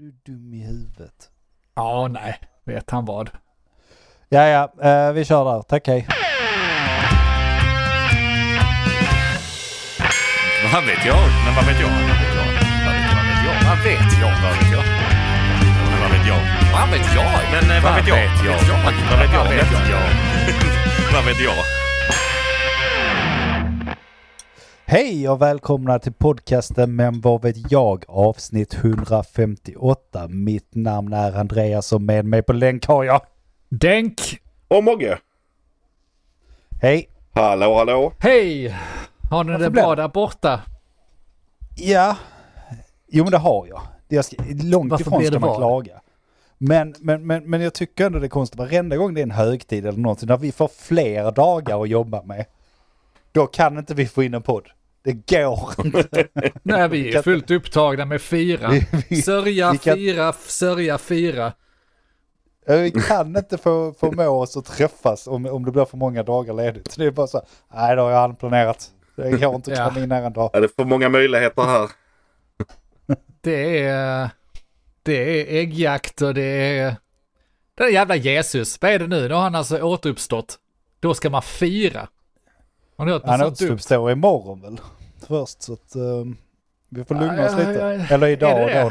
Du är dum i huvudet. Ja, nej. Vet han vad. Ja, vi kör där. Tack, hej. Vad vet jag? Men vad vet jag? Vad vet jag? Vad vet jag? Vad vet jag? Vad vet jag? Men vad vet jag? Vad vet jag? Men vad vet jag? Vad vet jag? Vad vet jag? Vad vet jag? Hej och välkomna till podcasten Men vad vet jag? Avsnitt 158. Mitt namn är Andreas och med mig på länk har jag Denk. Och Mogge. Hej. Hallå, hallå. Hej. Har ni det bra där borta? Ja. Jo, men det har jag. Det är långt Varför ifrån blir ska det man var? klaga. Men jag tycker ändå det är konstigt. Varenda gång det är en högtid eller någonting, när vi får fler dagar att jobba med, då kan inte vi få in en podd. Det går inte. Nej, vi är fullt upptagna med fira. Sörja fira. Vi kan inte få oss att träffas om det blir för många dagar ledigt. Det är bara så, nej, då har jag anplanerat. Det går inte att komma in här en dag. Är det för många möjligheter här? Det är äggjakt och det är den jävla Jesus. Vad är det nu? Nu har han alltså återuppstått. Då ska man fira. Han återuppstår imorgon väl? Först så att vi får lugna oss lite. Eller idag då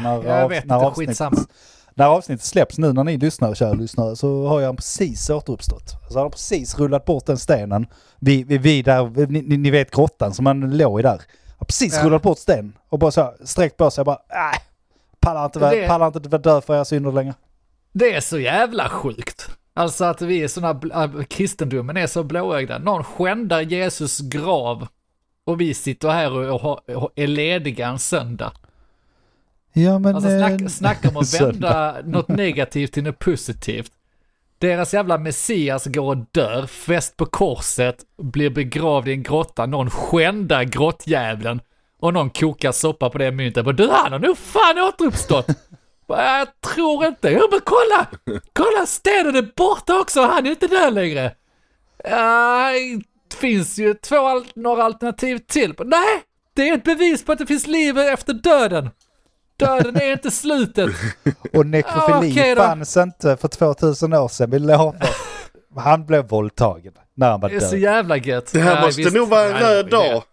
när avsnittet släpps nu när ni lyssnar, kära lyssnare, så har jag precis återuppstått. Så han har precis rullat bort den stenen. Vi där, ni vet grottan som man låg i där. Har precis rullat bort sten och bara så sträckt på sig bara pallar inte vara död för era synder längre. Det är så jävla sjukt. Alltså att vi är såna, kristendomen är så blåögda. Någon skändar Jesus grav och vi sitter här och är lediga en söndag. Ja, men alltså snacka om att vända något negativt till något positivt. Deras jävla Messias går och dör, fäst på korset, blir begravd i en grotta, någon skändar grottjävlen och någon kokar soppa på det myntet. Du, han har nog fan återuppstått. Jag tror inte. Ja, men kolla, stenen är borta också. Han är inte där längre. Det finns ju några alternativ till. Nej, det är ett bevis på att det finns liv efter döden. Döden är inte slutet. Och nekrofili fanns inte för 2000 år sedan. Vi lovar. Han blev våldtagen när han var död. Det är så jävla gött. Det här måste nog vara en röd dag.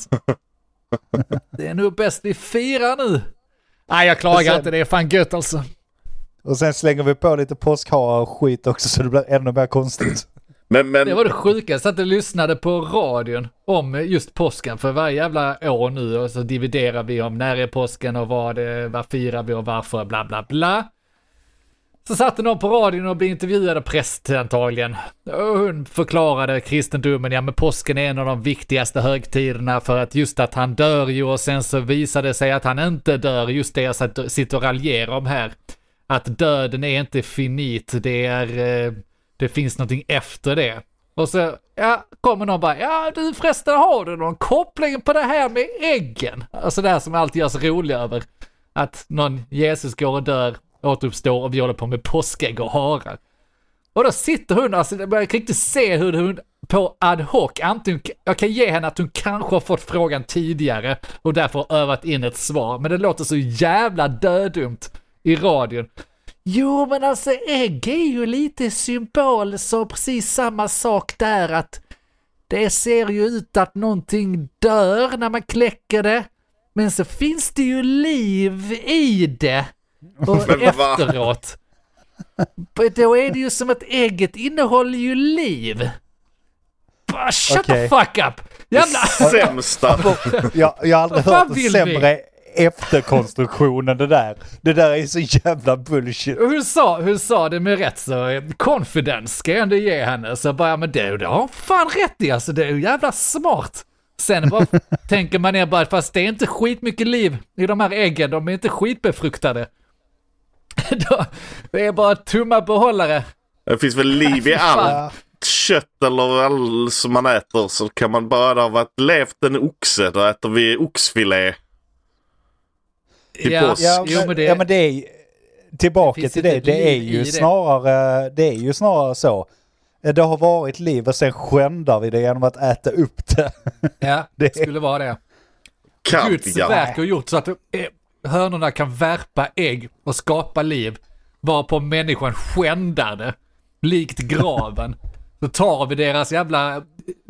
Det är nog bäst vi firar nu. Nej, jag klagar inte. Det är fan gött alltså. Och sen slänger vi på lite påskharar och skit också så det blir ännu mer konstigt. Men det var det sjukaste att jag lyssnade på radion om just påsken för varje jävla år nu och så dividerar vi om när är påsken och vad firar vi och varför bla bla bla. Så satt någon på radion och blev intervjuad av präst antagligen. Och hon förklarade kristendomen, ja men påsken är en av de viktigaste högtiderna för att just att han dör ju och sen så visade det sig att han inte dör, just det jag sitter och raljerar om här. Att döden är inte finit, det finns någonting efter det. Och så kommer någon bara, du förresten har du någon koppling på det här med äggen? Alltså det här som alltid görs rolig över. Att någon Jesus går och dör, återuppstår och vi håller på med påskägg och harar. Och då sitter hon, alltså jag kan inte se hur hon på ad hoc, antingen, jag kan ge henne att hon kanske har fått frågan tidigare och därför övat in ett svar. Men det låter så jävla dödumt i radion. Jo, men alltså ägg är ju lite symbol, så precis samma sak där att det ser ju ut att någonting dör när man kläcker det, men så finns det ju liv i det och efteråt. Då är det ju som att ägget innehåller ju liv. Bara shut the fuck up! Jävla sämsta. Jag har aldrig hört en sämre efterkonstruktionen det där är så jävla bullshit. Hon sa det med rätt så confidence ska jag ändå ge henne. Så bara, men det har fan rätt i, alltså det är ju jävla smart. Sen bara tänker man ner bara, fast det är inte skitmycket liv i de här äggen, de är inte skitbefruktade. Det är bara tumma behållare. Det finns väl liv i allt kött eller all som man äter, så kan man bara ha levt en oxe, då äter vi oxfilé. Men det är tillbaka till det. Det är ju snarare så. Det har varit liv och sen skändar vi det genom att äta upp det. Ja, det skulle vara det. Guds verk har gjort så att hönorna kan värpa ägg och skapa liv, varpå människan skändar det, likt graven. Så tar vi deras jävla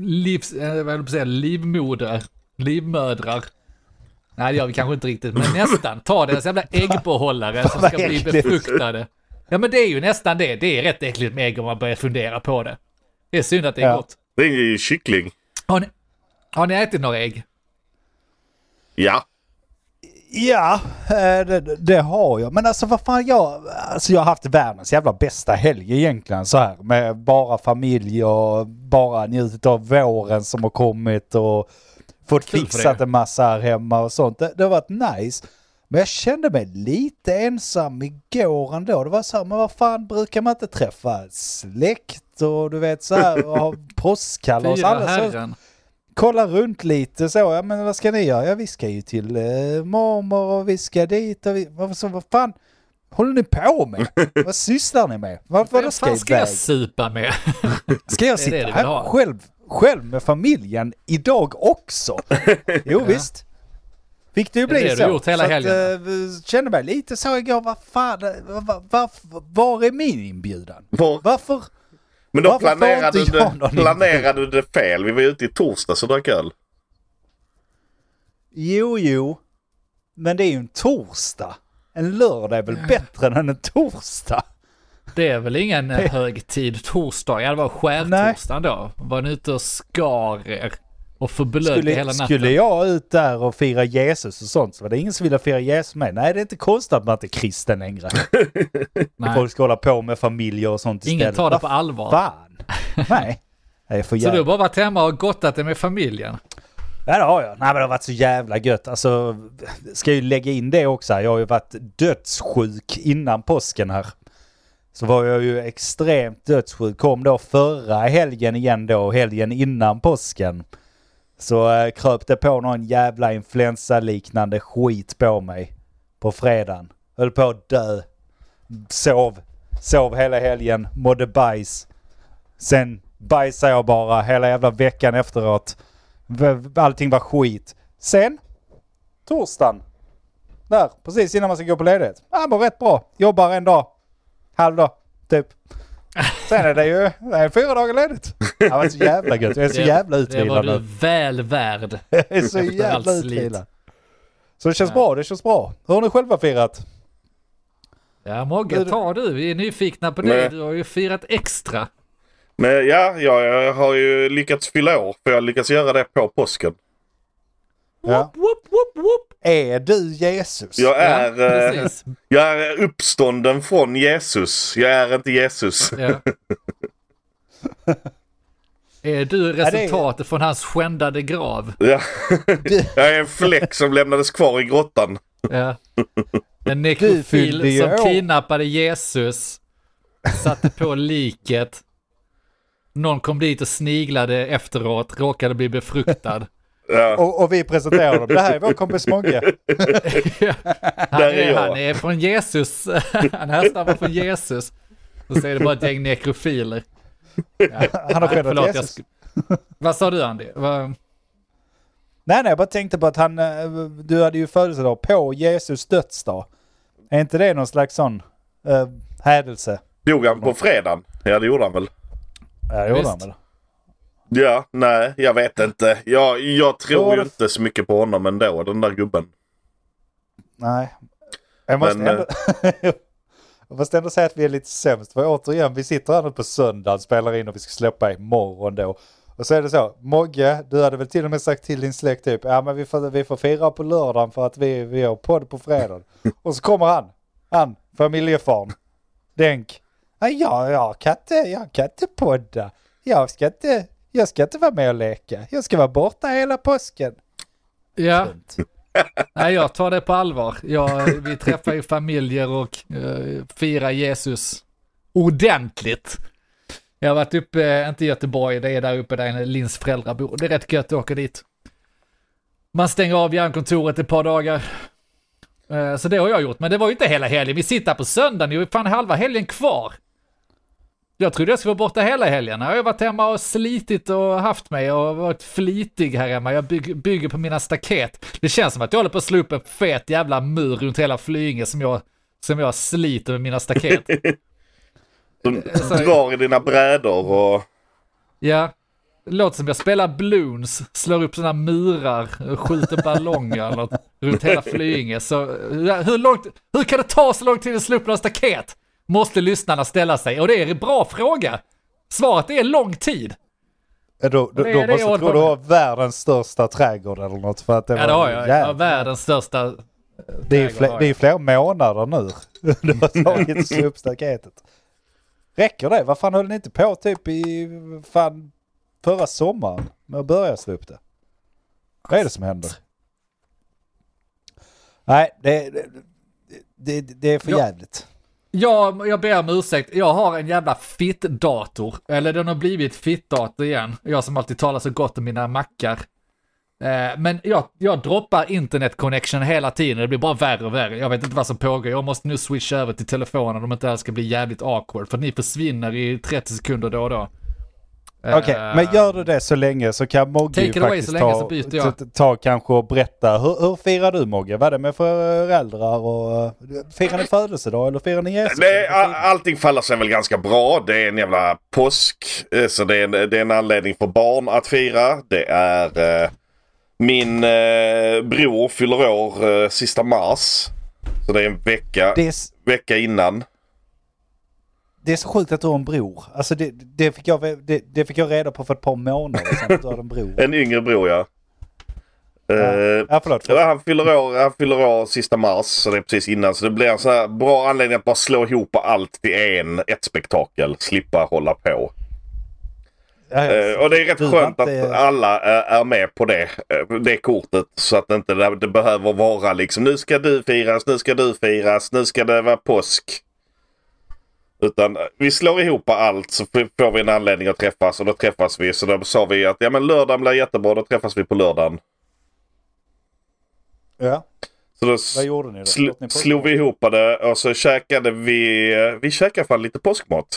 livmödrar. Nej, det gör vi kanske inte riktigt, men nästan. Ta deras jävla äggbehållare som ska bli befruktade. Ja, men det är ju nästan det. Det är rätt äckligt med ägg om man börjar fundera på det. Det är synd att det är gott. Det är ju kyckling. Har ni ätit några ägg? Ja. Ja, det har jag. Men alltså vad fan, jag har haft världens jävla bästa helg egentligen så här. Med bara familj och bara njutit av våren som har kommit och fått fixat en massa här hemma och sånt. Det har varit nice. Men jag kände mig lite ensam igår ändå. Det var så här, men vad fan brukar man inte träffa släkt och du vet så här och ha påskkalas och alla. Kolla runt lite så, ja men vad ska ni göra? Ja vi ska ju till mormor och vi ska dit och vad fan håller ni på med? Vad sysslar ni med? Vad ska jag supa med? Ska jag sitta här själv med familjen idag också? Jo visst. Fick det ju bli så. Gjort hela helgen. Kände mig lite så igår, vad fan, var är min inbjudan? Varför? Men då planerade du det fel. Vi var ute i torsdag så drack öl. Jo. Men det är ju en torsdag. En lördag är väl bättre än en torsdag? Det är väl ingen högtid torsdag. Det var skärtorsdagen då. Var ni ute och skar er och förblödde hela natten? Skulle jag ut där och fira Jesus och sånt så var det ingen som ville fira Jesus med. Nej, det är inte konstigt att man inte är kristen längre. Folk ska hålla på med familjer och sånt istället. Ingen tar det på allvar. Fan. Nej. Så du har bara varit hemma och gottat det med familjen? Ja, det har jag. Nej, men det har varit så jävla gött. Alltså, ska ju lägga in det också. Jag har ju varit dödssjuk innan påsken här. Så var jag ju extremt dödssjuk. Kom då förra helgen igen då, helgen innan påsken. Så kröp det på någon jävla influensaliknande skit på mig på fredagen. Höll på att dö. Sov hela helgen, mådde bajs. Sen bajsade jag bara hela jävla veckan efteråt. Allting var skit. Sen, torsdagen. Där, precis innan man ska gå på ledighet. Ja, var rätt bra. Jobbar en dag. Halvdag, typ. Sen är det ju 4 dagar ledigt. Det var så jävla gött. Jag är så jävla utvilad. Det var du väl värd. Jag är så jävla utvilad. Så det känns bra, det känns bra. Hur har ni själva firat? Ja, Mogge, ta du. Vi är nyfikna på det. Du har ju firat extra. Men jag har ju lyckats fylla år. För jag lyckats göra det på påsken. Ja. Whoop. Är du Jesus? Jag är uppstånden från Jesus. Jag är inte Jesus. Ja. Är du resultatet från hans skändade grav? Ja. Jag är en fläck som lämnades kvar i grottan. Ja. En nekrofil som kidnappade Jesus, satte på liket. Någon kom dit och sniglade efteråt, råkade bli befruktad. Ja. Och vi presenterar dem. Det här är vår kompis Mogge. Han är från Jesus. Han härstammar från Jesus. Och så är det bara ett gäng nekrofiler. Ja. Han har skyddat Jesus. Vad sa du, Andy? Nej, jag bara tänkte på att du hade ju födelsedag på Jesus dödsdag. Är inte det någon slags sån hädelse? Dog han på fredagen? Ja, det gjorde han väl. Ja, det gjorde han väl. Ja, nej, jag vet inte. Jag tror ju inte så mycket på honom ändå, den där gubben. Nej. Jag måste ändå säga att vi är lite sämst. För återigen, vi sitter här nu på söndag, spelar in och vi ska släppa imorgon då. Och så är det så, Mogge, du hade väl till och med sagt till din släkt typ, ja men vi får fira på lördagen för att vi har podd på fredag. Och så kommer han, familjefarn, Denk. Jag kan inte podda. Jag ska inte vara med och leka. Jag ska vara borta hela påsken. Ja. Nej, jag tar det på allvar. Vi träffar ju familjer och firar Jesus ordentligt. Jag har varit uppe, inte i Göteborg, det är där uppe där Lins föräldrar bor. Det är rätt gött att åka dit. Man stänger av järnkontoret ett par dagar. Så det har jag gjort, men det var ju inte hela helgen. Vi sitter på söndagen, det är ju fan halva helgen kvar. Jag trodde jag skulle vara borta hela helgen. Jag har varit hemma och slitit och haft mig och varit flitig här hemma. Jag bygger på mina staket. Det känns som att jag håller på att slå upp en fet jävla mur runt hela Flyinge som jag sliter med mina staket. Du drar i dina brädor och... Ja, det låter som jag spelar Bloons, slår upp sådana murar, skjuter ballonger eller något, runt hela Flyinge. Så hur kan det ta så lång tid att slå upp några staket? Måste lyssnarna ställa sig. Och det är en bra fråga. Svaret är lång tid. Då måste jag tro du har världens största trädgård eller något. För att det ja, det har jag. Jag har världens största det är flera månader nu. Du har tagit slå upp staketet. Räcker det? Vad fan höll ni inte på typ i förra sommaren med att börja slå upp det? Vad är det som händer? Nej, det är för jävligt. Jag ber om ursäkt. Jag har en jävla fitt-dator. Eller den har blivit fitt-dator igen. Jag som alltid talar så gott om mina mackar. Men jag droppar internet connection hela tiden. Det blir bara värre och värre. Jag vet inte vad som pågår. Jag måste nu switcha över till telefonen om inte det här ska bli jävligt awkward. För ni försvinner i 30 sekunder då och då. Okej, men gör du det så länge så kan Mogge ju faktiskt ta kanske och berätta. Hur firar du, Mogge? Vad är det med föräldrar? Och firar ni födelsedag eller firar ni Jesus? Allting faller sig väl ganska bra. Det är en jävla påsk. Så det är en anledning för barn att fira. Det är min bror fyller år sista mars. Så det är en vecka innan. Det är så sjukt att du har en bror. Alltså det fick jag reda på för ett par månader sedan att du har en bror. En yngre bror, ja. Förlåt. Han fyller år sista mars, så det är precis innan. Så det blir en sån här bra anledning att bara slå ihop allt till ett spektakel. Slippa hålla på. Och det är rätt skönt att alla är med på det kortet. Så att det behöver vara liksom, nu ska du firas, nu ska det vara påsk. Utan vi slår ihop allt så får vi en anledning att träffas. Och då träffas vi. Så då sa vi att ja, men lördagen blir jättebra. Då träffas vi på lördagen. Ja. Så då vad gjorde ni då? Slog vi ihop det. Och så käkade vi käkade fan lite påskmat.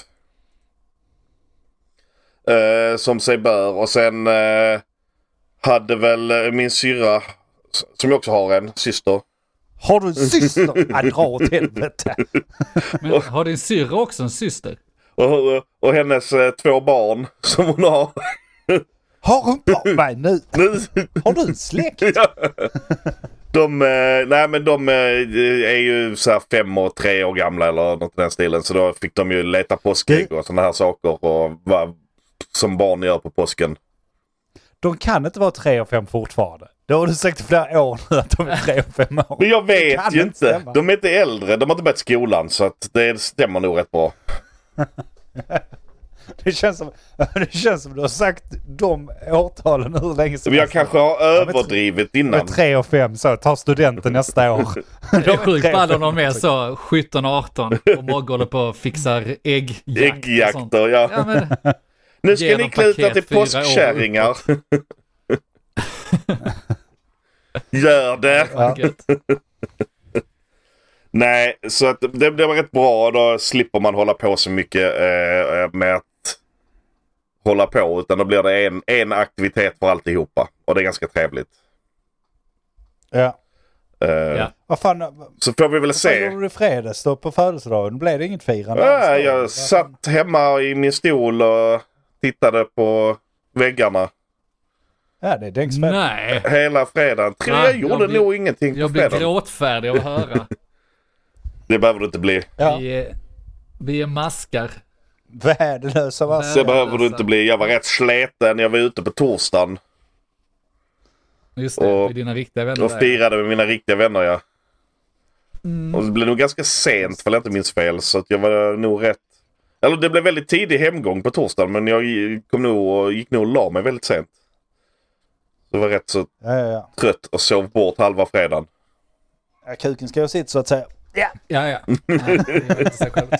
Som sig bör. Och sen hade väl min syrra, som jag också har en syster. Har du en syster? Dra åt helvete. Men har din syrra också en syster? Och hennes 2 barn som hon har. Har hon barn? Nej, nu. Har du en släkt? Ja. De är ju så här 5 och 3 år gamla eller något i den stilen. Så då fick de ju leta påskägg och såna här saker. Och vad som barn gör på påsken. De kan inte vara 3 och 5 fortfarande. Det har du sagt i flera år nu att de är 3 och 5 år. Men jag vet ju inte. Stämma. De är inte äldre. De har inte börjat skolan. Så att det stämmer nog rätt bra. Det känns som du har sagt de årtalen hur länge som jag kanske har överdrivit innan. 3 och 5 så tar studenten nästa år. Det är sjukt bara om de är så 17-18 och Mogge håller på och fixar äggjakter, ja. Men, nu ska ni kluta till påskkärringar. Gör det. Ja. Nej, så att det var rätt bra. Då slipper man hålla på så mycket med att hålla på. Utan då blir det en aktivitet för alltihopa. Och det är ganska trevligt. Ja. Vad fan, så får vi väl se. Vad gjorde du fredags då på födelsedagen? Blev det inget firande? Ja, jag satt hemma i min stol och tittade på väggarna. Ja, det är dängsfärd. Nej. Hela fredagen. Jag gjorde nog ingenting på fredagen. Jag blir gråtfärdig att höra. Det behöver du inte bli. Ja. Vi är maskar. Värdelösa maskar. Det behöver du inte bli. Jag var rätt släten. Jag var ute på torsdagen. Just det, med dina riktiga vänner. Och firade med mina riktiga vänner, ja. Och det blev nog ganska sent, för jag inte minns fel. Så att jag var nog rätt. Eller det blev väldigt tidig hemgång på torsdagen. Men jag gick nog och la mig väldigt sent. Så jag var rätt så trött och sov bort halva fredagen. Ja, kuken ska ju sitta så att säga. Ja. Nej, det är inte så skönt.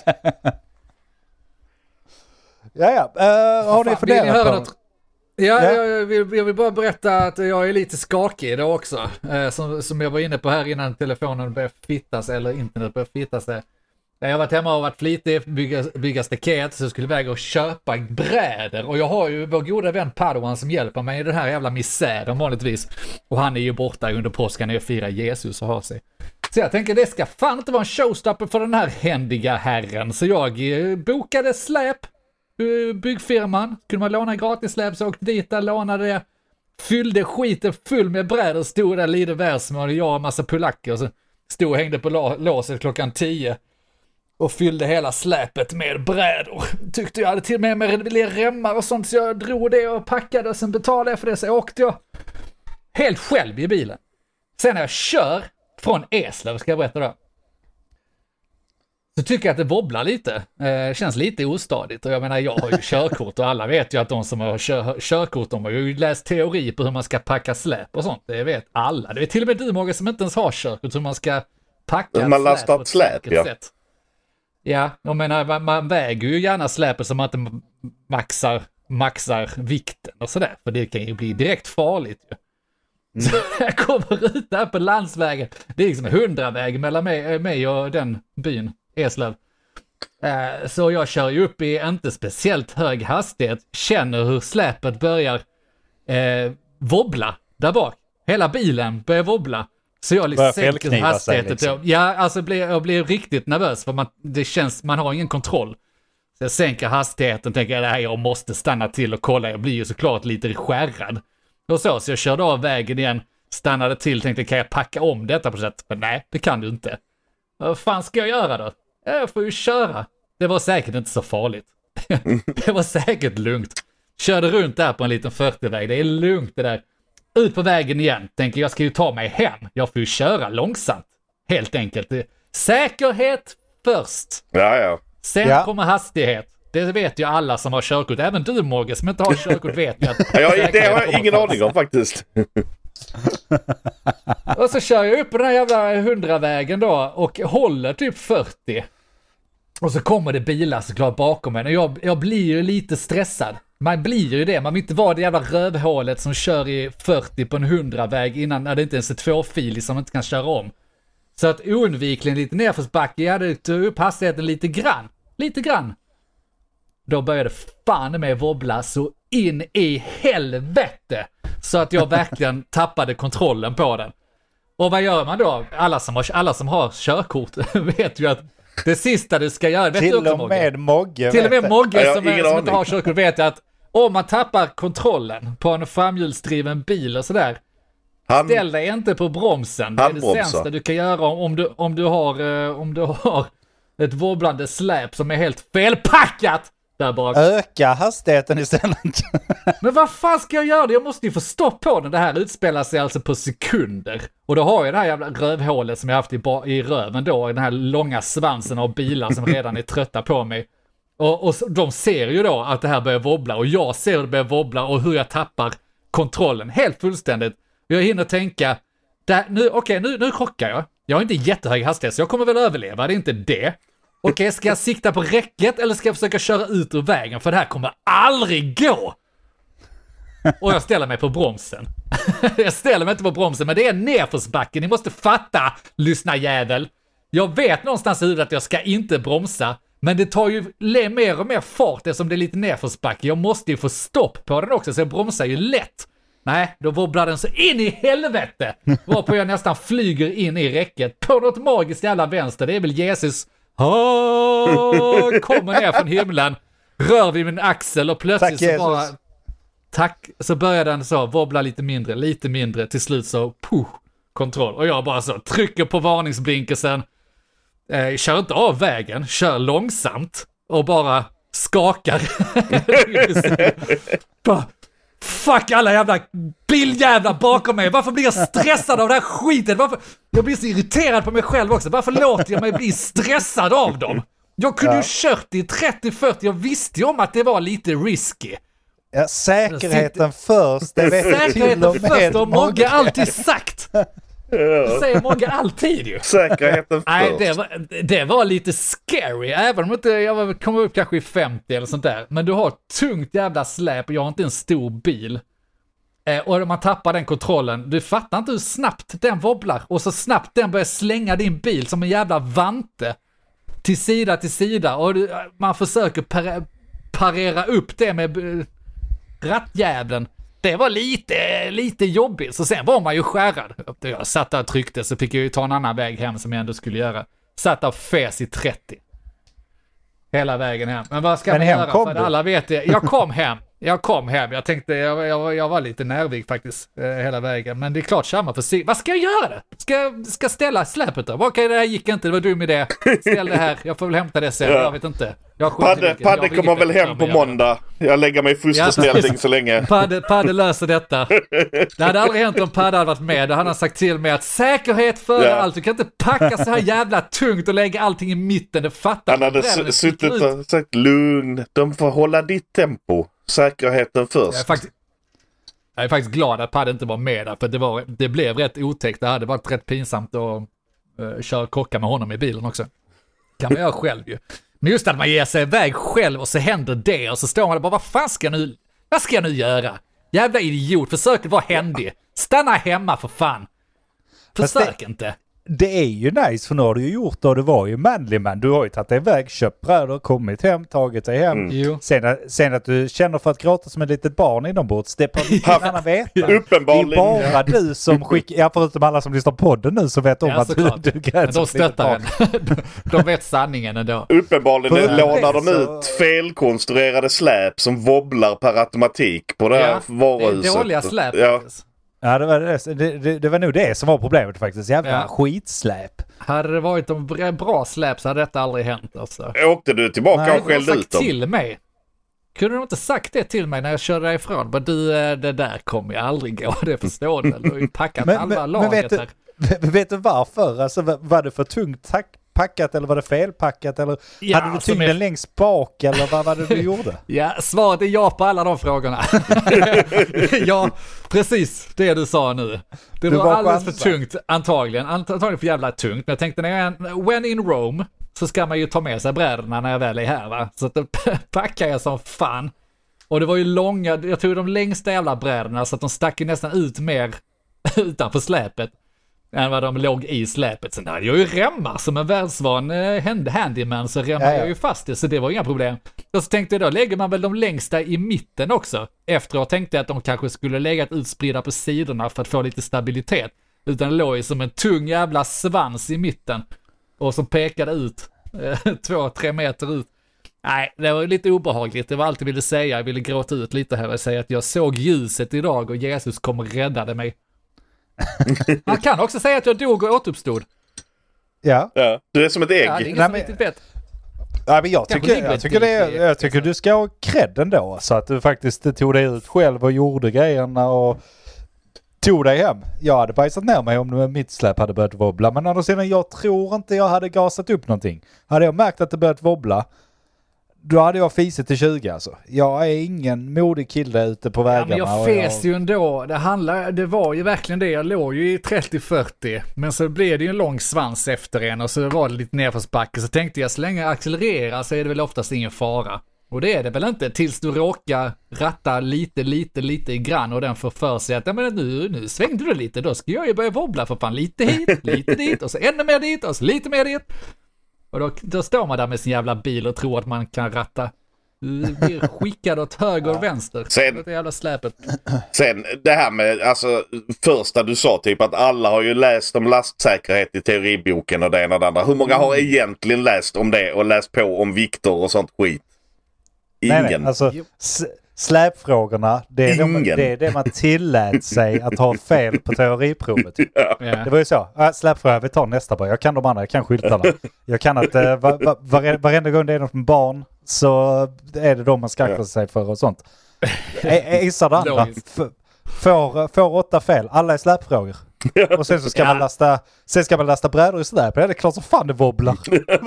Har ni funderat på något? Jag vill bara berätta att jag är lite skakig idag också. Som jag var inne på här innan telefonen började fittas eller internet började fitta sig. Jag har varit hemma och varit flitig, bygga staket, så jag skulle iväg och köpa brädor. Och jag har ju vår goda vän Padawan som hjälper mig i den här jävla misären vanligtvis. Och han är ju borta under påskan när jag firar Jesus och har sig. Så jag tänker, det ska fan inte vara en showstopper för den här händiga herren. Så jag bokade släp, byggfirman. Kunde man låna gratis släp, så åkte dit där, lånade det. Fyllde skiten full med brädor, stod där lite värsmål och jag och en massa polacker. Och så stod och hängde på låset klockan 10. Och fyllde hela släpet med brädor. Tyckte jag hade till med mig remmar och sånt, så jag drog det och packade och sen betalade jag för det, så åkte jag helt själv i bilen. Sen när jag kör från Eslöv, ska jag berätta då, så tycker jag att det wobblar lite. Det känns lite ostadigt. Och jag menar, jag har ju körkort och alla vet ju att de som har körkort, de har ju läst teori på hur man ska packa släp och sånt. Det vet alla. Det är till och med du, Måge, som inte ens har körkort, hur man ska packa man lastar ett släp, ja. Sätt. Ja, jag menar, man väger ju gärna släpet som att det maxar vikten och sådär. För det kan ju bli direkt farligt ju. Så jag kommer ut där på landsvägen. Det är liksom 100-väg mellan mig och den byn, Eslöv. Så jag kör ju upp i inte speciellt hög hastighet. Känner hur släpet börjar wobbla där bak. Hela bilen börjar wobbla. Så jag liksom sänker hastigheten. Liksom. Ja, alltså jag blir riktigt nervös för det känns, man har ingen kontroll. Så jag sänker hastigheten, tänker jag måste stanna till och kolla. Jag blir ju såklart lite skärrad. Och så jag körde av vägen igen, stannade till, tänkte, kan jag packa om detta på sätt? Men nej, det kan du inte. Vad fan ska jag göra då? Jag får ju köra. Det var säkert inte så farligt. Det var säkert lugnt. Körde runt där på en liten 40-väg, det är lugnt det där. Ut på vägen igen, tänker jag ska ju ta mig hem. Jag får ju köra långsamt, helt enkelt. Säkerhet först. Ja. Sen kommer hastighet. Det vet ju alla som har körkort. Även du, Måge, som inte har körkort, vet ju att det har jag ingen aning om faktiskt. Och så kör jag upp på den här jävla 100-vägen då och håller typ 40. Och så kommer det bilar såklart bakom mig. Och jag blir ju lite stressad. Man blir ju det. Man vill inte vara det jävla rövhålet som kör i 40 på en 100-väg innan, när det inte ens är tvåfilig som man inte kan köra om. Så att oundvikligen lite nerförsbacke, jag hade tagit upp hastigheten lite grann. Då började fan med wobbla så in i helvete. Så att jag verkligen tappade kontrollen på den. Och vad gör man då? Alla som har körkort vet ju att det sista du ska göra... Till och med Mogge som inte har körkort vet att om man tappar kontrollen på en framhjulsdriven bil och sådär, ställ dig inte på bromsen. Det är det sämsta du kan göra om du har ett wobblande släp som är helt felpackat. Där bara. Öka hastigheten istället. Men vad fan ska jag göra? Jag måste ju få stopp på den. Det här utspelar sig alltså på sekunder. Och då har jag det här jävla rövhålet som jag haft i röven då. Den här långa svansen av bilar som redan är trötta på mig. Och de ser ju då att det här börjar wobbla. Och jag ser hur det börjar wobbla och hur jag tappar kontrollen. Helt fullständigt. Jag hinner tänka, nu krockar jag. Jag har inte jättehög hastighet så jag kommer väl överleva. Det är inte det. Okej, ska jag sikta på räcket eller ska jag försöka köra ut ur vägen? För det här kommer aldrig gå! Och jag ställer mig på bromsen. Jag ställer mig inte på bromsen, men det är nerförsbacken. Ni måste fatta, lyssna jävel. Jag vet någonstans i huvudet att jag ska inte bromsa. Men det tar ju mer och mer fart eftersom det är lite nerförsbacke. Jag måste ju få stopp på den också, så jag bromsar ju lätt. Nej, då wobblar den så in i helvete. Varpå jag nästan flyger in i räcket. På något magiskt jävla vänster. Det är väl Jesus... kommer ner från himlen, rör vid min axel och plötsligt så bara så börjar den så wobbla lite mindre, till slut så kontroll, och jag bara så trycker på varningsblinkersen, kör inte av vägen, kör långsamt och bara skakar. Fuck alla jävla biljävlar bakom mig. Varför blir jag stressad av det här skiten? Jag blir så irriterad på mig själv också. Varför låter jag mig bli stressad av dem? Jag kunde ju kört i 30-40. Jag visste ju om att det var lite risky. Ja, säkerheten först. Det vet säkerheten först har Mogge alltid sagt. Det säger Mogge alltid ju. Säkerheten först. Nej, det var lite scary. Även om inte jag kommer upp kanske i 50 eller sånt där. Men du har tungt jävla släp och jag har inte en stor bil. Och om man tappar den kontrollen, du fattar inte hur snabbt den wobblar. Och så snabbt den börjar slänga din bil som en jävla vante. till sida och man försöker parera upp det med rattjävlen. Det var lite jobbigt, så sen var man ju skärrad. Jag satt där och tryckte, så fick jag ju ta en annan väg hem som jag ändå skulle göra. Satt där och fes i 30. Hela vägen hem. Men vad ska man göra? För att alla vet det. Jag kom hem. Jag tänkte, jag var lite nervig faktiskt hela vägen. Men det är klart, samma för vad ska jag göra? Ska ställa släpet då? Okej, det här gick inte, det var dum idé. Ställ det här, jag får väl hämta det sen, jag vet inte. Padde kommer väl hem på måndag. Jag lägger mig i fosterställning så länge. Padde löser detta. Det hade aldrig hänt om Padde hade varit med. Då hade han sagt till mig att säkerhet före allt. Du kan inte packa så här jävla tungt och lägga allting i mitten. Det fattar. Han hade suttit och sagt lugn. De får hålla ditt tempo. Säkerheten först. Jag är faktiskt glad att Padde inte var med där. För det blev rätt otäckt. Det hade varit rätt pinsamt att köra krocka med honom i bilen också. Kan man göra själv ju. Men just att man ger sig iväg själv och så händer det och så står man där bara, vad ska jag nu göra? Jävla idiot, försök vara händig. Stanna hemma för fan. Försök inte. Det är ju nice, för nu har du ju gjort det och det var ju manlig man. Du har ju tagit dig iväg, köpt bröder, kommit hem, tagit dig hem. Sen att du känner för att gråta som ett litet barn inombords, det får ingen annan veta. Uppenbarligen. Det är bara du som skickar, förutom alla som lyssnar på podden nu så vet om att du grät som ett litet barn. De vet sanningen ändå. Uppenbarligen lånar de ut felkonstruerade släp som wobblar per automatik på det här varuhuset. Det är dåliga släp. Ja, det var nog det som var problemet faktiskt. Jävla skitsläp. Hade det varit en bra släp så hade detta aldrig hänt. Alltså. Åkte du tillbaka och skällde ut dem? Till mig. Kunde du inte sagt det till mig när jag körde ifrån? Men du, det där kommer jag aldrig gå. Det förstår du väl? Du har ju packat halva laget här. Vet du varför? Alltså, var det för tungt packat eller var det felpackat? Eller hade du tyngden längst bak eller vad var det du gjorde? Ja, svaret är ja på alla de frågorna. Ja, precis det du sa nu. Det var alldeles för tungt antagligen för jävla tungt. Men jag tänkte when in Rome så ska man ju ta med sig brädorna när jag väl är här, va? Så att då packar jag som fan. Och det var ju långa, jag tog de längsta jävla brädorna så att de stack ju nästan ut mer utanför släpet än vad de låg i släpet. Sen hade jag ju remmar som en världsvan handyman, så remmar jag ju fast det, så det var inga problem. Och så tänkte jag då, lägger man väl de längsta i mitten också. Efteråt tänkte jag att de kanske skulle lägga utspridda på sidorna för att få lite stabilitet. Utan det låg ju som en tung jävla svans i mitten. Och som pekade ut 2-3 meter ut. Nej, det var lite obehagligt. Det var allt jag ville säga. Jag ville gråta ut lite här och säga att jag såg ljuset idag och Jesus kom och räddade mig. Man kan också säga att jag dog och återuppstod. Ja. Du är som ett ägg. Ja, det är ingen som riktigt vet. Ja, men jag tycker du ska ha cred ändå. Så att du faktiskt tog dig ut själv och gjorde grejerna och tog dig hem. Jag hade bajsat ner mig om mitt släp hade börjat wobbla. Men annars sidan, jag tror inte jag hade gasat upp någonting. Hade jag märkt att det börjat wobbla, då hade jag fiset till 20 alltså. Jag är ingen modig kille ute på vägarna. Ja, men jag fes ju ändå. Det var ju verkligen det. Jag låg ju i 30-40. Men så blev det ju en lång svans efter en. Och så var det lite nerförsbacke. Så tänkte jag, så länge jag accelererar så är det väl oftast ingen fara. Och det är det väl inte. Tills du råkar ratta lite grann. Och den får för sig att men nu svängde du lite. Då ska jag ju börja wobbla för fan. Lite hit, lite dit. Och så ännu mer dit. Och så lite mer dit. Och då står man där med sin jävla bil och tror att man kan ratta. Du blir skickad åt höger och vänster. Det jävla släpet. Sen det här med, alltså första du sa typ att alla har ju läst om lastsäkerhet i teoriboken och det ena och det andra. Hur många har egentligen läst om det och läst på om vikter och sånt skit? Ingen. Nej, alltså släpfrågorna, det är det man tillät sig att ha fel på teoriprovet. Ja. Det var ju så. Släpfråga, vi tar nästa bara. Jag kan de andra, jag kan skyltarna. Jag kan att varenda gång det är något med barn så är det de man ska akta sig för och sånt. Gissar det andra. Får 8 fel. Alla är släpfrågor. Och sen så ska man lasta brädor i släp. Det är klart så fan det wobblar.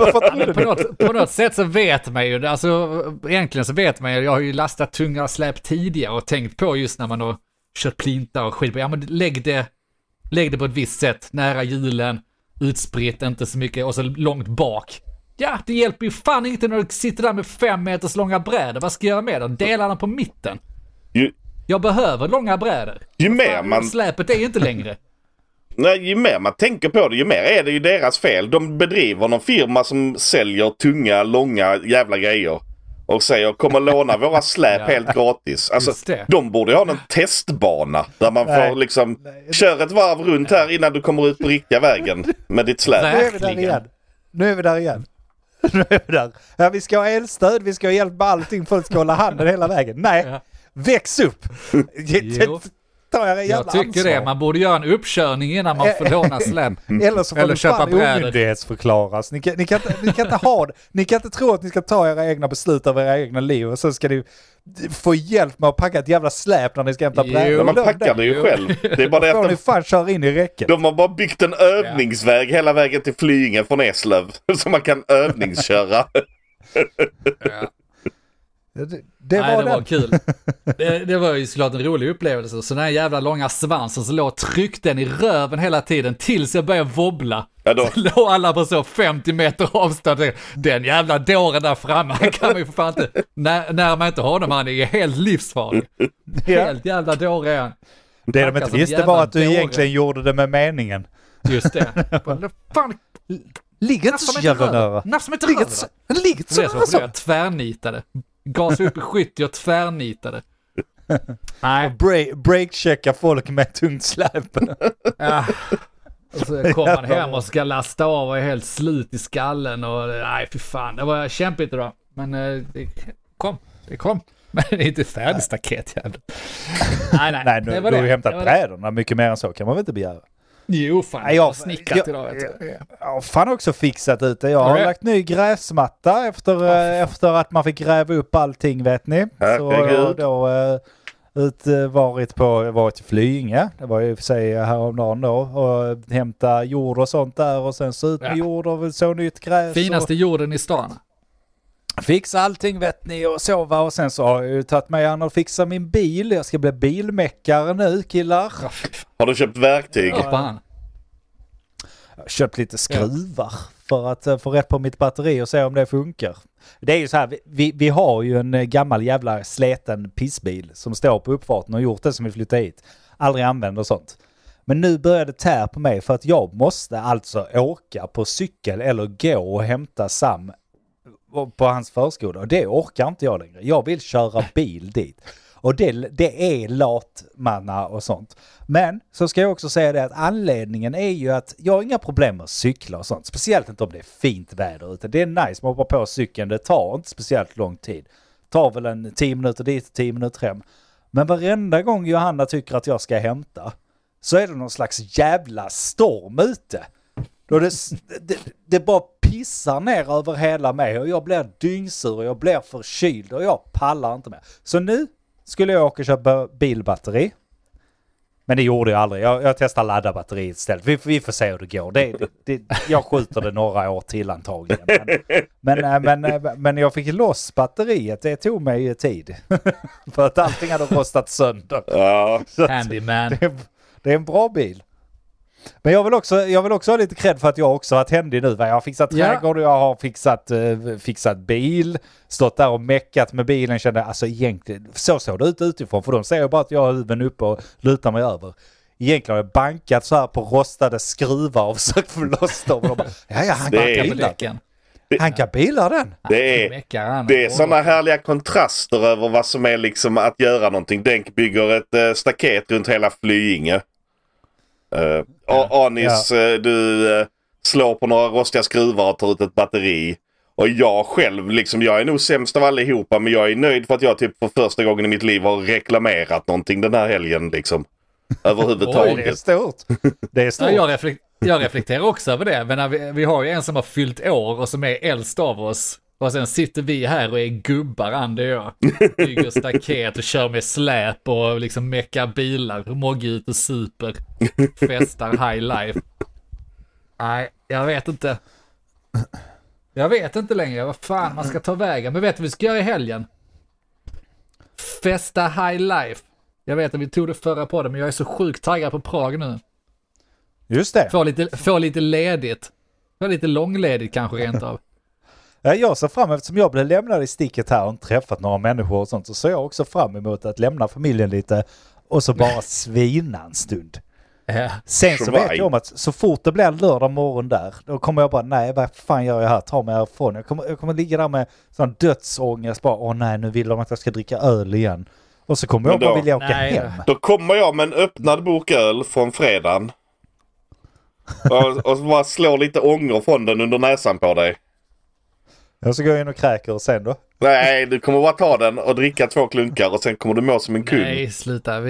På något sätt så vet man ju, alltså egentligen så vet man ju, jag har ju lastat tunga släp tidigare och tänkt på just när man har kört plintar och skit på, ja men lägg det på ett visst sätt, nära hjulen, utspritt, inte så mycket och så långt bak. Ja, det hjälper ju fan inte när du sitter där med 5 meters långa brädor. Vad ska jag göra med dem? Dela dem på mitten. Jag behöver långa brädor. Ju mer man... Släpet är inte längre. Nej, ju mer man tänker på det, ju mer är det ju deras fel. De bedriver någon firma som säljer tunga, långa jävla grejer. Och säger, kom och låna våra släp helt gratis. Alltså, de borde ha en testbana. Där man får liksom, kör ett varv runt här innan du kommer ut på riktiga vägen med ditt släp. Nu är vi där igen. Ja, vi ska ha elstöd, vi ska ha hjälp med allting, folk ska hålla handen hela vägen. Nej, väx upp. Jag tycker det, man borde göra en uppkörning innan man får låna släp. Eller så får du fan omyndighetsförklaras. Ni kan inte ha det. Ni kan inte tro att ni ska ta era egna beslut över era egna liv och så ska ni få hjälp med att packa ett jävla släp när ni ska hämta brädor. Man packar det ju själv. Det är bara det att ni fan kör in i räcket. De har bara byggt en övningsväg hela vägen till Flyinge från Eslöv så man kan övningsköra. Det var kul. Det var ju såklart en rolig upplevelse. Så den här jävla långa svansen så låg tryckt den i röven hela tiden tills jag började wobbla. Så låg alla på så 50 meter avstånd. Den jävla dåren där framme, han kan man ju för fan inte när man inte har dem, han är helt livsfarlig. Helt jävla dåre är han. Det de inte visste var att du egentligen gjorde det med meningen. Just det. Fan, ligger inte så jävla nära. Ligger inte så nära. Jag tvärnitade. Gas upp i skytt, jag tvärnitade. Nej. Breakchecka folk med tungt släp. Ja. Och så kom man hem och ska lasta av och är helt slut i skallen. Och nej, för fan. Det var kämpigt idag. Men det kom. Men det är inte färdigt staket jävlar. Nej, du har ju hämtat brädorna. Mycket mer än så kan man väl inte begära. Jo, fan. Jag har snickat idag. Jag har fan också fixat ut det. Jag har lagt ny gräsmatta efter att man fick gräva upp allting, vet ni. Så jag har då varit i Flyinge. Det var ju för sig häromdagen då. Och hämta jord och sånt där. Och sen så ut med jord och så nytt gräs. Finaste jorden i stan. Fixa allting, vet ni, och sova. Och sen så har jag ju tagit mig an och fixa min bil. Jag ska bli bilmäckare nu, killar. Har du köpt verktyg? Jag har köpt lite skruvar för att få rätt på mitt batteri och se om det funkar. Det är ju så här, vi har ju en gammal jävla släten pissbil som står på uppfarten och gjort det som vi flyttade hit. Aldrig använder sånt. Men nu börjar det tär på mig för att jag måste alltså åka på cykel eller gå och hämta Sam på hans förskola. Och det orkar inte jag längre. Jag vill köra bil dit. Och det är latmanna och sånt. Men så ska jag också säga det att anledningen är ju att jag har inga problem med att cykla och sånt. Speciellt inte om det är fint väder ute. Det är nice att hoppa på cykeln. Det tar inte speciellt lång tid. Det tar väl en 10 minuter dit, 10 minuter hem. Men varenda gång Johanna tycker att jag ska hämta så är det någon slags jävla storm ute. Då det bara pissar ner över hela mig och jag blir dyngsur och jag blir förkyld och jag pallar inte mer. Så nu skulle jag åka och köpa bilbatteri. Men det gjorde jag aldrig. Jag testar ladda batteriet istället. Vi får se hur det går. Jag skjuter det några år till antagligen. Men jag fick loss batteriet. Det tog mig tid. För att allting hade rostat sönder. Ja. Handyman. Det är en bra bil. Men jag vill också ha lite cred för att jag också har varit händig nu. Jag har fixat trädgård och jag har fixat bil. Stått där och meckat med bilen. Kände alltså egentligen, så såg det ut utifrån. För de säger bara att jag har huven uppe och lutar mig över. Egentligen har jag bankat så här på rostade skruvar och försökt få loss dem. Och de bara, han kan bilar den. Det är sådana härliga kontraster över vad som är liksom att göra någonting. Denk bygger ett staket runt hela Flyinge. Anis, du slår på några rostiga skruvar och tar ut ett batteri. Och jag själv, liksom, jag är nog sämst av allihopa, men jag är nöjd för att jag typ för första gången i mitt liv har reklamerat någonting den här helgen, liksom. Överhuvudtaget. Oj, det är stort. Jag reflekterar också över det, men vi har ju en som har fyllt år och som är äldst av oss. Och sen sitter vi här och är gubbar, Andy och jag. Bygger staket och kör med släp och liksom meckar bilar. Mogg ut och super. Festar high life. Nej, jag vet inte. Jag vet inte längre vad fan man ska ta vägen. Men vet du vad vi ska göra i helgen? Festa high life. Jag vet att vi tog det förra på det, men jag är så sjukt taggad på Prag nu. Just det. Få lite ledigt. Få lite långledigt kanske rent av. Jag ser fram, eftersom jag blev lämnad i sticket här och inte träffat några människor och sånt, så ser jag också fram emot att lämna familjen lite och så bara svina en stund. Sen så vet jag om att så fort det blir lördag morgon där, då kommer jag bara, nej vad fan gör jag här? Ta mig härifrån. Jag kommer ligga där med sån dödsångest bara, nej nu vill de att jag ska dricka öl igen. Och så kommer jag bara vilja åka hem. Då kommer jag med en öppnad bok öl från fredagen. och bara slår lite ånger från den under näsan på dig. Jag så går jag in och kräker och sen då? Nej, du kommer bara ta den och dricka 2 klunkar och sen kommer du må som en kung. Nej, sluta.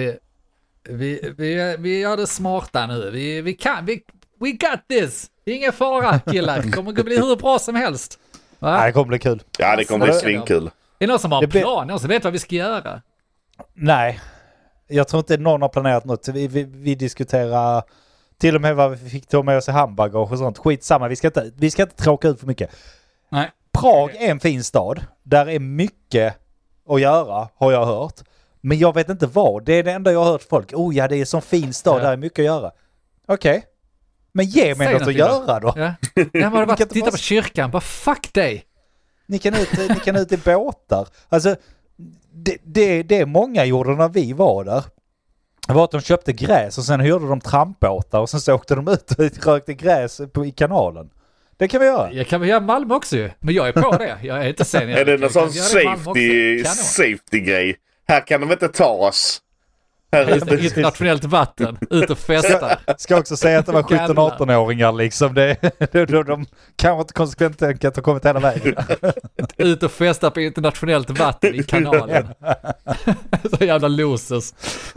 Vi gör det smarta nu. We got this. Ingen fara killar. Det kommer att bli hur bra som helst. Va? Nej, det kommer bli kul. Ja, det kommer bli svinkul. Är det någon som har en plan? Någon som vet vad vi ska göra? Nej, jag tror inte någon har planerat något. Vi diskuterar till och med vad vi fick ta med oss i hamburgare och sånt. Skitsamma, vi ska inte tråka ut för mycket. Nej. Prag är en fin stad. Där är mycket att göra, har jag hört. Men jag vet inte vad. Det är det enda jag har hört folk. Det är en sån fin stad, där är mycket att göra. Okej. Men ge mig något att göra då. Ja. Jag har varit titta på kyrkan. Bara fuck dig. Ni kan ut i båtar. Alltså, det många gjorde när vi var där. Det var att de köpte gräs och sen hyrde de trampbåtar och sen så åkte de ut och rökte gräs i kanalen. Det kan vi göra. Jag kan väl göra Malmö också ju. Men jag är på det. Jag är inte sen. Är det någon sån safety-grej? Här kan de inte ta oss. Internationellt vatten. Ut och festa. Ska också säga att det var 17-18-åringar liksom. De kanske inte konsekvent tänker att de kommit hela vägen. Ut och festa på internationellt vatten i kanalen. Så jävla losers.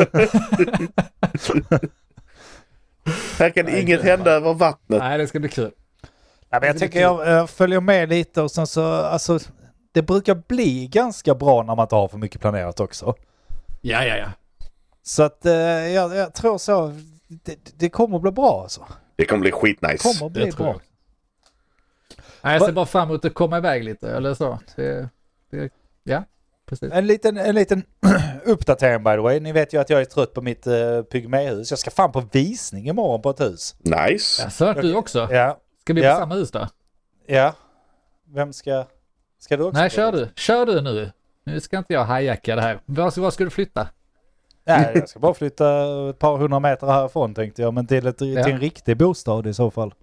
Här kan inget hända över vattnet. Nej, det ska bli kul. Ja, men jag tänker jag följer med lite och sen så, alltså, det brukar bli ganska bra när man inte har för mycket planerat också. Ja. Så att jag tror så, det kommer att bli bra alltså. Det kommer bli skitnice. Det kommer att bli bra. Nej, jag ser bara fram emot att komma iväg lite, eller så. Ja, precis. En liten uppdatering by the way. Ni vet ju att jag är trött på mitt pygméhus. Jag ska fan på visning imorgon på ett hus. Nice. Ja, så du också? Ja. Ska vi på samma hus då? Ja. Vem ska du också? Nej, kör du nu. Nu ska inte jag hajacka det här. Var ska du flytta? Nej, jag ska bara flytta ett par 100 meter härifrån tänkte jag. Men till en riktig bostad i så fall.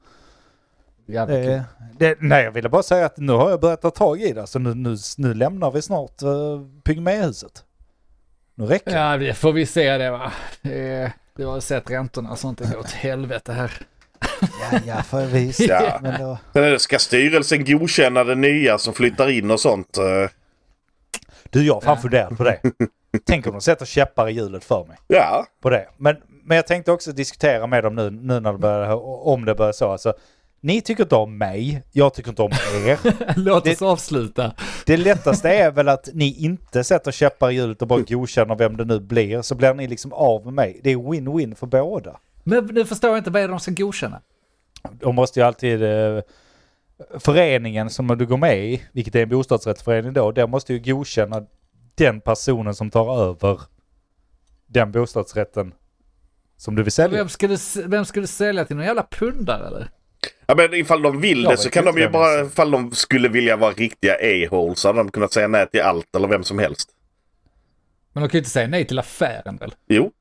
Nej, jag ville bara säga att nu har jag börjat ta tag i det. Så nu lämnar vi snart pygméhuset. Nu räcker det. Ja, det får vi se det va. Du har sett räntorna och sånt. Det går åt helvete här. Ja, för visst. Ja. Men då... Ska styrelsen godkänna det nya som flyttar in och sånt? Du, jag har fan funderat på det. Tänk om de sätter käppar i hjulet för mig. Ja. På det. Men jag tänkte också diskutera med dem nu när det börjar, om det börjar så. Alltså, ni tycker inte om mig, jag tycker inte om er. Låt oss avsluta. Det lättaste är väl att ni inte sätter käppar i hjulet och bara godkänner vem det nu blir. Så blir ni liksom av med mig. Det är win-win för båda. Men nu förstår jag inte vad är det de ska godkänna. De måste ju alltid... föreningen som du går med i, vilket är en bostadsrättsförening då, den måste ju godkänna den personen som tar över den bostadsrätten som du vill sälja. Vem skulle sälja till någon jävla pundare eller? Ja, men ifall de vill det så kan de ju bara, ifall de skulle vilja vara riktiga a-holes så hade de kunnat säga nej till allt eller vem som helst. Men de kan ju inte säga nej till affären väl?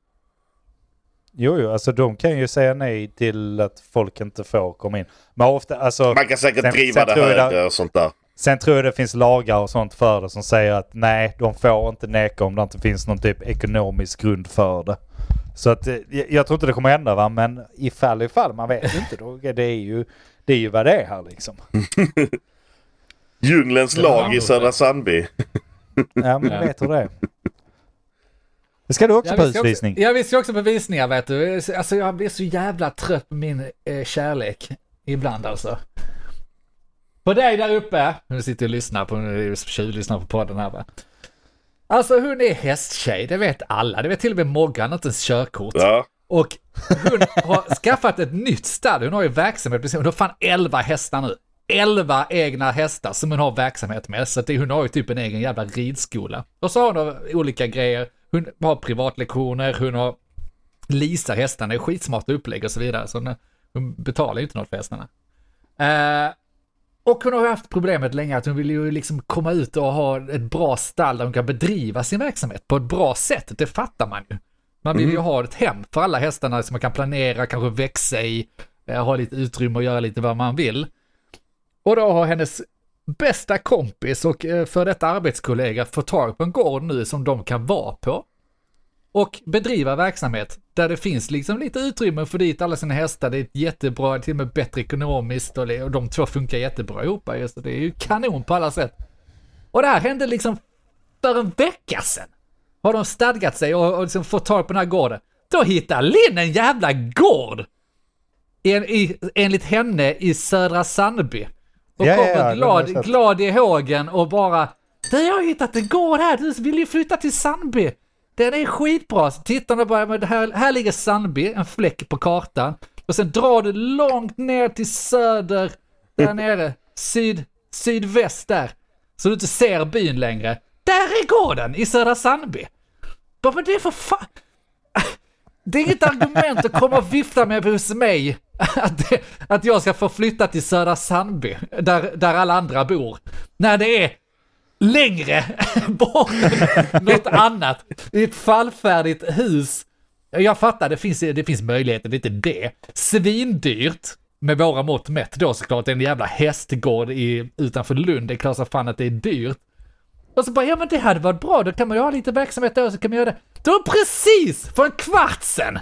Jo, alltså de kan ju säga nej till att folk inte får komma in. Men ofta, alltså... Man kan säkert driva det högre och sånt där. Sen tror jag det finns lagar och sånt för det som säger att nej, de får inte neka om det inte finns någon typ ekonomisk grund för det. Så att jag tror inte det kommer hända va, men ifall man vet inte då, det är ju vad det är här liksom. Djunglens lag i Södra Sandby. Ja, men jag vet hur det är. Ska du också på husvisning? Vi ska också på visningar, vet du. Alltså jag blir så jävla trött på min kärlek. Ibland alltså. På dig där uppe. Nu sitter jag och lyssnar på podden här va. Alltså hon är hästtjej, det vet alla. Det vet till och med Moggan, inte ens körkort. Ja. Och hon har skaffat ett nytt stall. Hon har ju verksamhet. Hon har fan 11 hästar nu. 11 egna hästar som hon har verksamhet med. Så att hon har ju typ en egen jävla ridskola. Och så har hon olika grejer. Hon har privatlektioner, hon har leasar hästarna, det är skitsmarta upplägg och så vidare. Så hon betalar ju inte något för hästarna. Och hon har haft problemet länge att hon vill ju liksom komma ut och ha ett bra stall där hon kan bedriva sin verksamhet på ett bra sätt. Det fattar man ju. Man vill ju ha ett hem för alla hästarna som man kan planera, kanske växa i, ha lite utrymme och göra lite vad man vill. Och då har hennes bästa kompis och för detta arbetskollega fått tag på en gård nu som de kan vara på och bedriva verksamhet där det finns liksom lite utrymme för dit alla sina hästar. Det är ett jättebra, till och med bättre ekonomiskt och de två funkar jättebra ihop. Så det är ju kanon på alla sätt. Och det här hände liksom för en vecka sedan. Har de stadgat sig och liksom fått tag på den här gården. Då hittar Linn en jävla gård enligt henne i Södra Sandby. Och kommer glad i hågen och bara, jag har hittat en gård här, du vill ju flytta till Sandby. Den är skitbra. Så tittar man bara, men här ligger Sandby, en fläck på kartan. Och sen drar du långt ner till söder, där nere, sydväst där. Så du inte ser byn längre. Där är gården i Södra Sandby. Bara, men det är för fan... Det är inget argument att komma och vifta med hos mig att jag ska få flytta till Södra Sandby där alla andra bor. När det är längre bort något annat i ett fallfärdigt hus. Jag fattar, det finns möjligheter, det är inte det. Svindyrt med våra mått mätt då såklart. En jävla hästgård utanför Lund, det är klart så fan att det är dyrt. Och så bara, ja men det hade varit bra, då kan man ju ha lite verksamhet där och så kan man göra det. Du har precis för en kvart sedan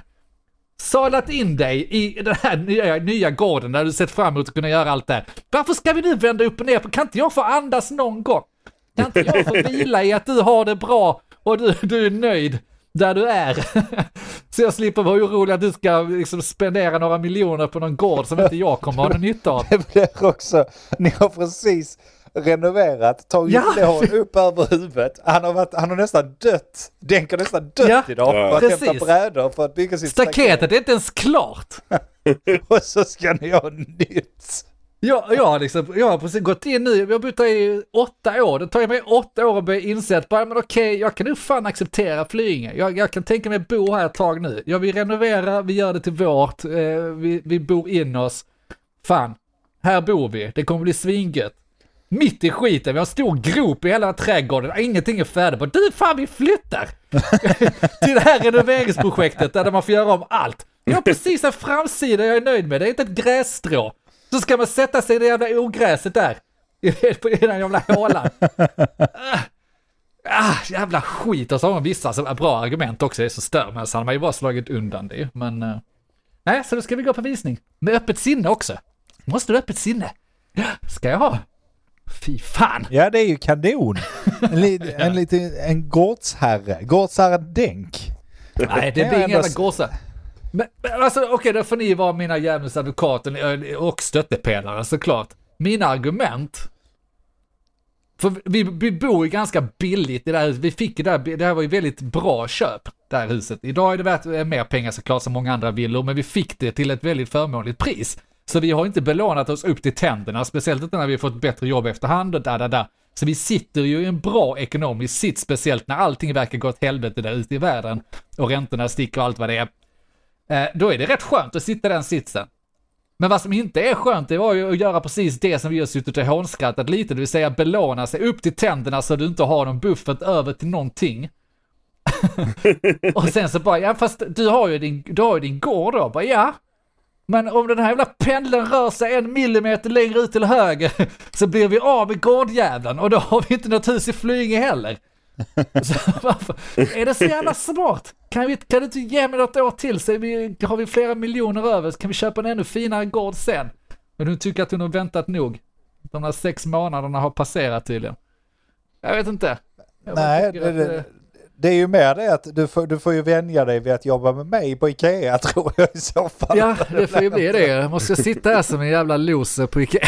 salat in dig i den här nya gården där du sett fram emot att kunna göra allt det här. Varför ska vi nu vända upp och ner på? Kan inte jag få andas någon gång? Kan inte jag få vila i att du har det bra och du är nöjd där du är? Så jag slipper vara orolig att du ska liksom spendera några miljoner på någon gård som inte jag kommer ha någon nytta av. Det blir också, ni har precis renoverat, tagit lån upp över huvudet. Han har nästan dött. Denker nästan dött idag för att hämta brädor för att bygga sitt staketet är inte ens klart. Och så ska ni ha nytt. Jag har precis gått in nu, jag har bott i 8 år. Det tar mig 8 år att börja inse att men okej, jag kan nu fan acceptera Flyinge. Jag kan tänka mig bo här ett tag nu. Jag vill renovera, vi gör det till vårt, vi bor in oss. Fan, här bor vi. Det kommer bli svingött. Mitt i skiten, vi har en stor grop i hela trädgården, ingenting är färdigt. Du fan, vi flyttar till det här renoveringsprojektet där man får göra om allt. Jag har precis en framsida jag är nöjd med, det är inte ett grässtrå. Så ska man sätta sig i det jävla ogräset där i den jävla hålan. Jävla skit. Och så har man vissa som är bra argument också, det är så stör, men så har man ju bara slagit undan det. Men nej, så då ska vi gå på visning med öppet sinne också. Måste du öppet sinne? Ska jag ha? Fy fan. Ja, det är ju kanon. En gårdsherre Denk. Nej, det blir ingen jävla gåsar. Men alltså okej, då får ni vara mina jävla advokater och stöttepelare såklart. Mina argument, för vi bor ju ganska billigt i det här huset. Vi fick det här var ju väldigt bra köp, det här huset. Idag är det värt mer pengar såklart som många andra villor, men vi fick det till ett väldigt förmånligt pris. Så vi har inte belånat oss upp till tänderna, speciellt inte när vi har fått bättre jobb efterhand och där. Så vi sitter ju i en bra ekonomisk sitt, speciellt när allting verkar gå åt helvete där ute i världen och räntorna sticker och allt vad det är. Då är det rätt skönt att sitta i den sitsen. Men vad som inte är skönt, det var ju att göra precis det som vi har suttit och hånskrattat lite, det vill säga belåna sig upp till tänderna så du inte har någon buffert över till någonting. Och sen så bara, ja fast du har ju din gård då, bara ja. Men om den här jävla pendeln rör sig 1 millimeter längre ut till höger så blir vi av med gårdjävlen och då har vi inte något hus i Flyinge heller. Så varför? Är det så jävla smart? Kan du inte ge mig något år till så har vi flera miljoner över så kan vi köpa en ännu finare gård sen. Men du tycker att hon har väntat nog. De här 6 månaderna har passerat tydligen. Jag vet inte. Det är ju mer det att du får ju vänja dig vid att jobba med mig på Ikea, tror jag i så fall. Ja, det får ju bli det. Jag måste sitta här som en jävla loser på Ikea.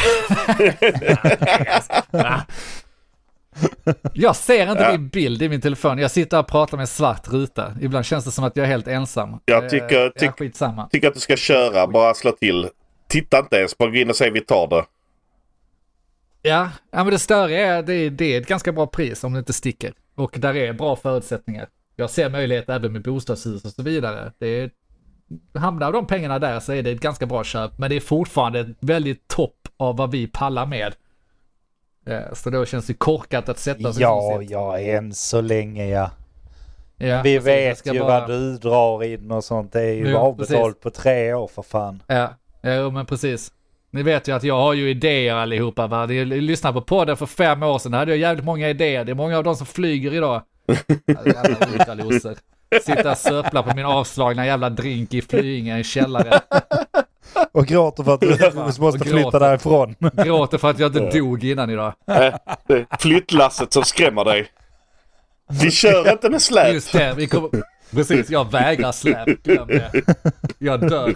Jag ser inte din bild i min telefon. Jag sitter och pratar med en svart ruta. Ibland känns det som att jag är helt ensam. Jag tycker att du ska köra, bara slå till. Titta inte ens, bara gå in och säg vi tar det. Ja, men det störiga är det är ett ganska bra pris om det inte sticker. Och där är bra förutsättningar. Jag ser möjlighet även med bostadshus och så vidare. Hamnar de pengarna där så är det ett ganska bra köp. Men det är fortfarande ett väldigt topp av vad vi pallar med. Så då känns det korkat att sätta sig. Ja, än så länge ja. Ja, Vi precis, jag ska vet ju bara- vad du drar in och sånt. Det är ju Jo, avbetalt på 3 år för fan. Ja, men precis. Ni vet ju att jag har ju idéer allihopa. Va? Jag lyssnade på podden för 5 år sedan. Då hade jag jävligt många idéer. Det är många av dem som flyger idag. Jävla utaloser. Sitta och söpla på min avslagna jävla drink i Flyinge i källaren. Och gråter för att du måste flytta därifrån. Gråter för att jag inte dog innan idag. Det är flyttlasset som skrämmer dig. Vi kör inte med släp. Just det, vi kommer... Precis, jag vägrar släp. Glöm det. Jag dör.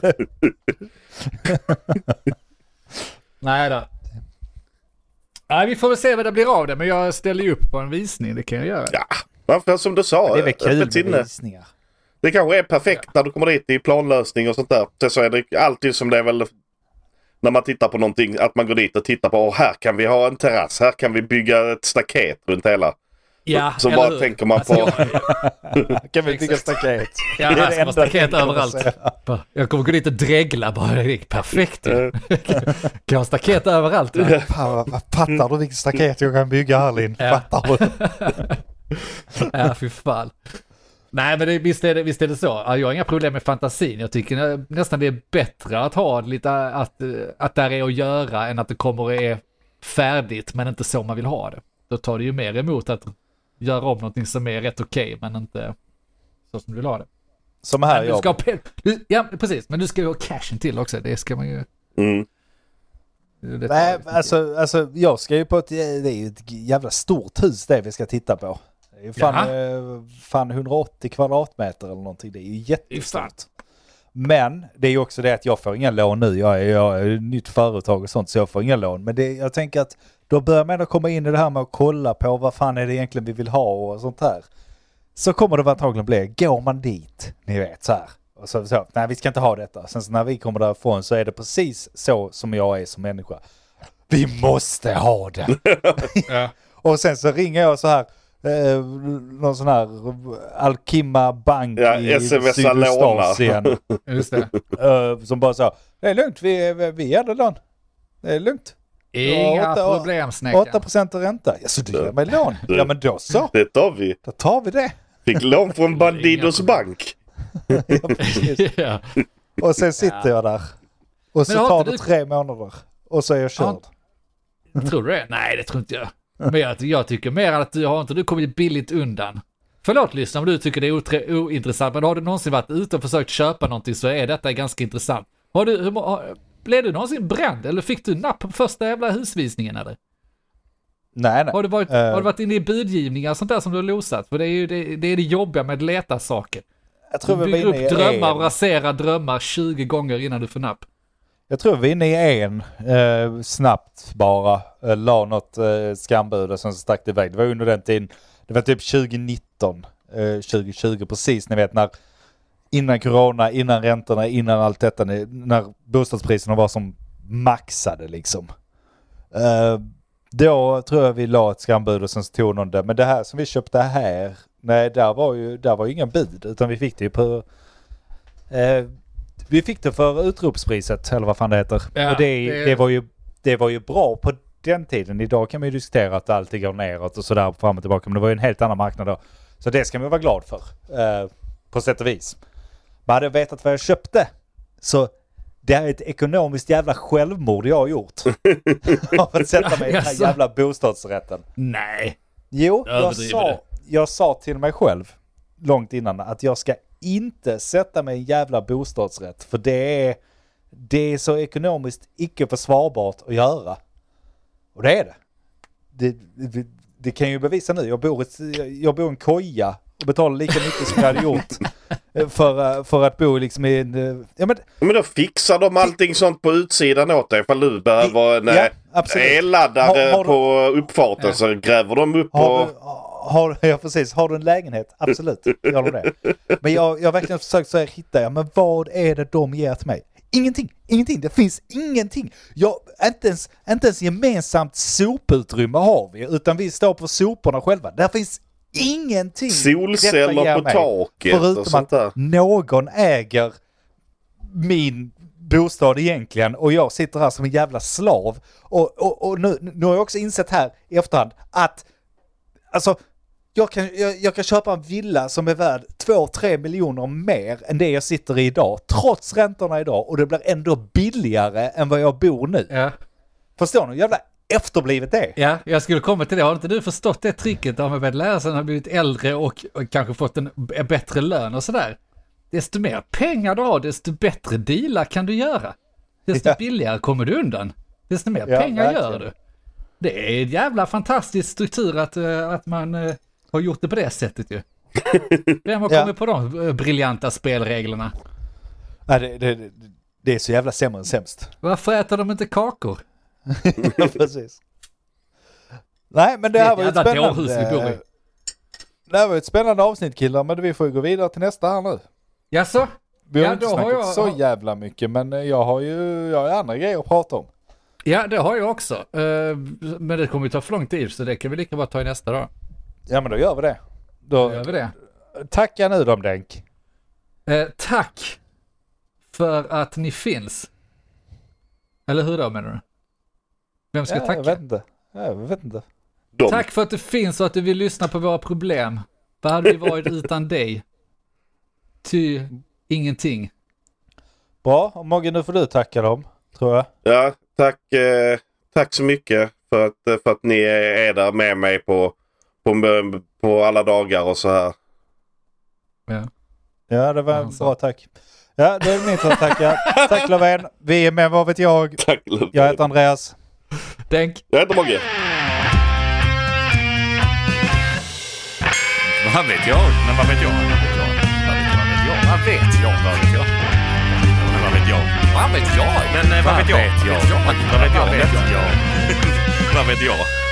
Nej då. Nej, vi får väl se vad det blir av det, men jag ställer ju upp på en visning, det kan jag göra. Ja, varför som du sa. Det är väl kul öppet sinne. med visningar. Det kanske är perfekt när du kommer dit i planlösning och sånt där. Sen så är det alltid som det är väl när man tittar på någonting, att man går dit och tittar på, här kan vi ha en terrass, här kan vi bygga ett staket runt hela. Ja, Så eller bara hur? tänker man Alltså, på... Kan vi bygga staket? Ja, Det är här det ska vara enda staket jag kan överallt. säga. Jag kommer gå dit och dregla bara, det är perfekt ju. Kan ha staket överallt. Va? Fan, fattar du vilket staket jag kan bygga här, Linn? Ja. Fattar du? Ja, fy fan. Nej, men visst är det så. Ja, jag har inga problem med fantasin. Jag tycker nästan det är bättre att ha lite att där är att göra än att det kommer och är färdigt men inte så man vill ha det. Då tar det ju mer emot att göra om någonting som är rätt okej, men inte så som du vill ha det. Som här Men du ska ja, precis. Men du ska ju ha cashen till också. Det ska man ju... Mm. Det Nej, alltså jag ska ju på det är ju ett jävla stort hus det vi ska titta på. Det är ju fan 180 kvadratmeter eller någonting. Det är ju jättestort. Men det är ju också det att jag får inga lån nu. Jag är ett nytt företag och sånt, så jag får inga lån. Men jag tänker att då börjar man komma in i det här med att kolla på vad fan är det egentligen vi vill ha och sånt här. Så kommer det antagligen bli, går man dit, ni vet så här. Och så, nej vi ska inte ha detta. Sen så när vi kommer därifrån så är det precis så som jag är som människa. Vi måste ha det. Ja. Och sen så ringer jag så här, någon sån här Alkima Bank i Sydostasien. Just det. Som bara sa, det är lugnt, vi ger det lån. Det är lugnt. Inga problem, snäckan. 8% ränta. Ja, så du ger mig lån. Ja, men då så. Det tar vi. Då tar vi det. Fick lån från Bandidos bank. Ja, precis. Ja. Och sen sitter jag där. Och så Men tar det 3 månader. Och så är jag körd. Tror du det? Nej, det tror inte jag. Men jag tycker mer att du kommit billigt undan. Förlåt lyssna om du tycker det är ointressant, men har du någonsin varit ute och försökt köpa någonting så är detta ganska intressant. Blev du någonsin bränd eller fick du napp på första jävla husvisningen eller? Nej. Har du varit inne i budgivningar och sånt där som du har losat? För det är ju det jobbiga med att leta saker. Jag tror Du vi bygger var inne upp i drömmar och raserar drömmar 20 gånger innan du får napp. Jag tror vi är inne i snabbt bara. La något skambud och sen så stack det iväg. Det var under den tiden. Det var typ 2019, 2020 precis. Ni vet när innan corona, innan räntorna, innan allt detta. När bostadspriserna var som maxade liksom. Då tror jag vi la ett skambud och sen så tog någon det. Men det här som vi köpte här, nej där var ju inga bud. Utan vi fick det ju på... vi fick det för utropspriset, eller vad fan det heter. Ja, och det var ju bra på den tiden. Idag kan man ju diskutera att allt går neråt och sådär fram och tillbaka. Men det var ju en helt annan marknad då. Så det ska man vara glad för. På sätt och vis. Men hade jag vetat vad jag köpte så det är ett ekonomiskt jävla självmord jag har gjort. Av att sätta mig i den här jävla bostadsrätten. Nej. Jo, jag sa till mig själv långt innan att jag ska inte sätta mig i en jävla bostadsrätt. För det är så ekonomiskt icke försvarbart att göra. Och det är det. Det kan ju bevisa nu. Jag bor i en koja och betalar lika mycket som jag hade gjort för att bo liksom i en... Men då fixar de allting sånt på utsidan åt dig. Ifall du behöver en elladdare på uppfarten så gräver de upp ja, precis. Har du en lägenhet? Absolut. Gör de det. Men jag har verkligen försökt så här hitta, men vad är det de ger till mig? Ingenting. Det finns ingenting. Inte ens gemensamt soputrymme har vi, utan vi står på soporna själva. Där finns ingenting. Solceller på taket förutom och sånt där. Att någon äger min bostad egentligen och jag sitter här som en jävla slav. Och nu har jag också insett här i efterhand att alltså Jag kan köpa en villa som är värd 2-3 miljoner mer än det jag sitter i idag. Trots räntorna idag. Och det blir ändå billigare än vad jag bor nu. Ja. Förstår ni? Jävla efterblivet det. Ja, jag skulle komma till det. Har inte du förstått det tricket av att lära sig när man blivit äldre och kanske fått en bättre lön och sådär? Desto mer pengar du har, desto bättre dealar kan du göra. Desto billigare kommer du undan. Desto mer pengar gör du. Det är en jävla fantastisk struktur att man har gjort det på det sättet ju. Vem har kommit på de briljanta spelreglerna? Nej, det är så jävla sämre än sämst. Varför äter de inte kakor? Precis. Nej, men det här var ju ett spännande... Det här var ett spännande avsnitt, killar, men vi får ju gå vidare till nästa här nu. Jaså? Vi har inte snackat så jävla mycket, men jag har andra grejer att prata om. Ja, det har jag också. Men det kommer ju ta för lång tid, så det kan vi lika bara ta i nästa dag. Ja, men då gör vi det. Då gör vi det. Tacka nu dem, Denk. Tack för att ni finns. Eller hur då, menar du? Vem ska tacka? Jag vet inte. Tack för att du finns och att du vill lyssna på våra problem. Vad hade vi varit utan dig? Ingenting. Bra, och Mogge, nu får du tacka dem, tror jag. Ja, tack så mycket för att ni är där med mig på alla dagar och så här. Ja, det var en bra tack. Ja, det är min tur att tacka. Tack Löfven. Vi är med, vad vet jag. Tack Löfven. Jag heter Andreas. Denk. Jag heter Mogge. Vad vet jag? Men vad vet jag? Vad vet jag? Vad vet jag? Vad vet jag? Men vad vet jag? Vad vet jag? Men vad vet jag? Vad vet jag? Vad vet jag? Vad vet jag?